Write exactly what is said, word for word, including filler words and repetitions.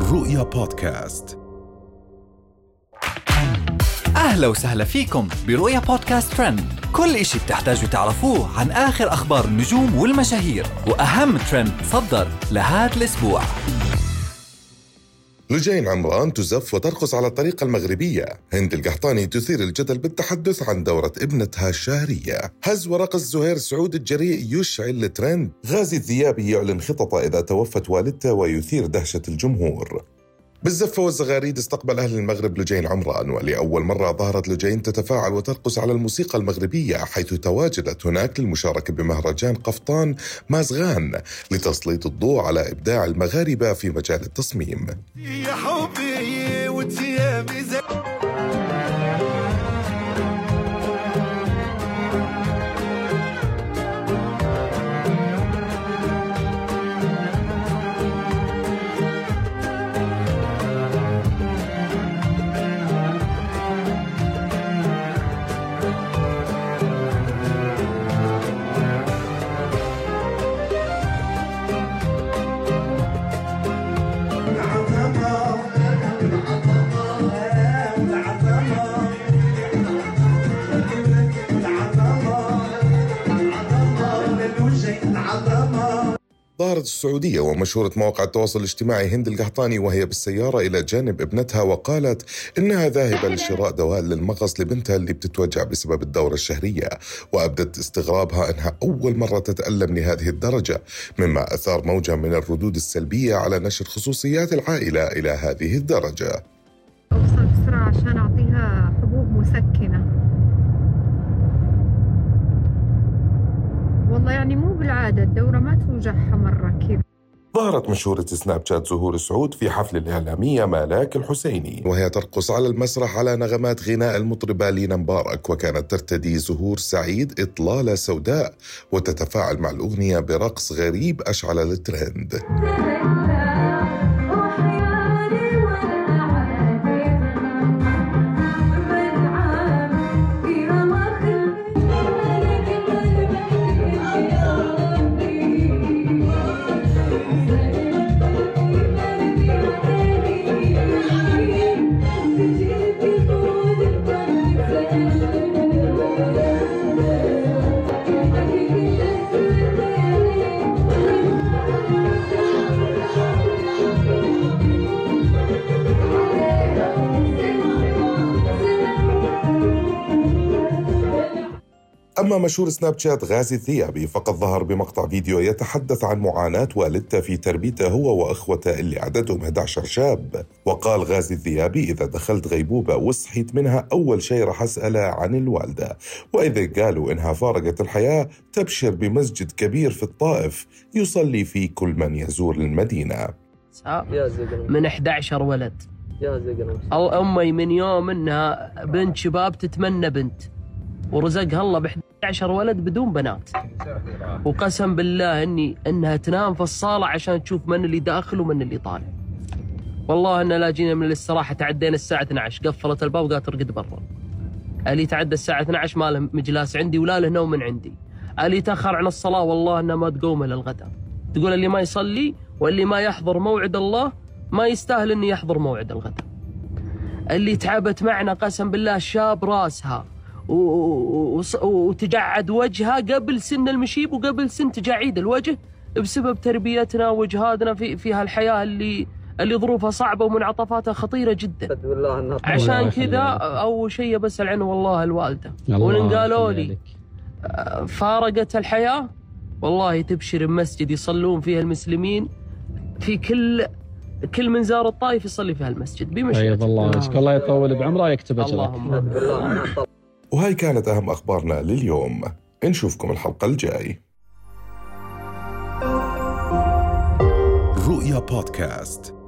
رؤيا بودكاست. أهلا وسهلا فيكم برؤيا بودكاست ترند، كل إشي بتحتاجوا تعرفوه عن آخر أخبار النجوم والمشاهير وأهم ترند صدر لهذا الأسبوع. لجين عمران تزف وترقص على الطريقة المغربية. هند القحطاني تثير الجدل بالتحدث عن دورة ابنتها الشهرية. هز ورقص زهير سعود الجريء يشعل الترند. غازي الذيابي يعلن خططه إذا توفت والدته ويثير دهشة الجمهور. بالزفة والزغاريد استقبل أهل المغرب لجين عمران، ولأول مرة ظهرت لجين تتفاعل وترقص على الموسيقى المغربي، حيث تواجدت هناك للمشاركة بمهرجان قفطان مازغان لتسليط الضوء على إبداع المغاربة في مجال التصميم. يا حبي وتيامي زي ظهرت السعودية ومشهورة مواقع التواصل الاجتماعي هند القحطاني وهي بالسيارة إلى جانب ابنتها، وقالت إنها ذاهبة لشراء دواء للمغص لبنتها اللي بتتوجع بسبب الدورة الشهرية، وأبدت استغرابها إنها أول مرة تتألم لهذه الدرجة، مما أثار موجة من الردود السلبية على نشر خصوصيات العائلة إلى هذه الدرجة. أوصل بسرعة عشان أعطيها حبوب مسكنة. والله يعني مو بالعادة الدورة ما توجعها مرة كذا. ظهرت مشهورة سناب شات زهور سعود في حفل الإعلامية مالاك الحسيني وهي ترقص على المسرح على نغمات غناء المطربة لينا مبارك، وكانت ترتدي زهور سعيد إطلالة سوداء وتتفاعل مع الأغنية برقص غريب أشعل الترند. أما مشهور سناب شات غازي الذيابي فقد ظهر بمقطع فيديو يتحدث عن معاناة والدته في تربيته هو وأخوته اللي عددهم أحد عشر شاب. وقال غازي الذيابي: إذا دخلت غيبوبة وصحيت منها أول شيء رح أسأله عن الوالدة، وإذا قالوا إنها فارقت الحياة تبشر بمسجد كبير في الطائف يصلي فيه كل من يزور المدينة. من أحد عشر ولد أو أمي من يوم إنها بنت شباب تتمنى بنت، ورزقها الله بإحدى عشر ولد بدون بنات، وقسم بالله إني إنها تنام في الصالة عشان تشوف من اللي داخل ومن اللي طالع. والله إن لا جينا من الاستراحة تعدينا الساعة اثنتي عشرة، قفلت الباب وقالت ارقد برا. اللي تعدى الساعة اثنتي عشرة ما له مجلاس عندي ولا له نوم من عندي. اللي تأخر عن الصلاة والله إنها ما تقوم إلى الغداء. تقول اللي ما يصلي واللي ما يحضر موعد الله ما يستاهل إني يحضر موعد الغداء. اللي تعبت معنا قسم بالله شاب راسها وتجعد وجهها قبل سن المشيب وقبل سن تجاعيد الوجه بسبب تربيتنا وجهادنا في في هالحياة اللي اللي ظروفها صعبة ومنعطفاتها خطيرة جدا. عشان كذا أول شيء بسأل عنه والله الوالدة، وإن قالوا لي فارقت الحياة والله تبشر بمسجد يصلون فيها المسلمين، في كل كل من زار الطائف يصلي فيها المسجد بمشيئة أيضا الله يشكر الله يطول بعمره يكتب أجرك. وهاي كانت أهم أخبارنا لليوم، نشوفكم الحلقة الجاي. رؤيا بودكاست.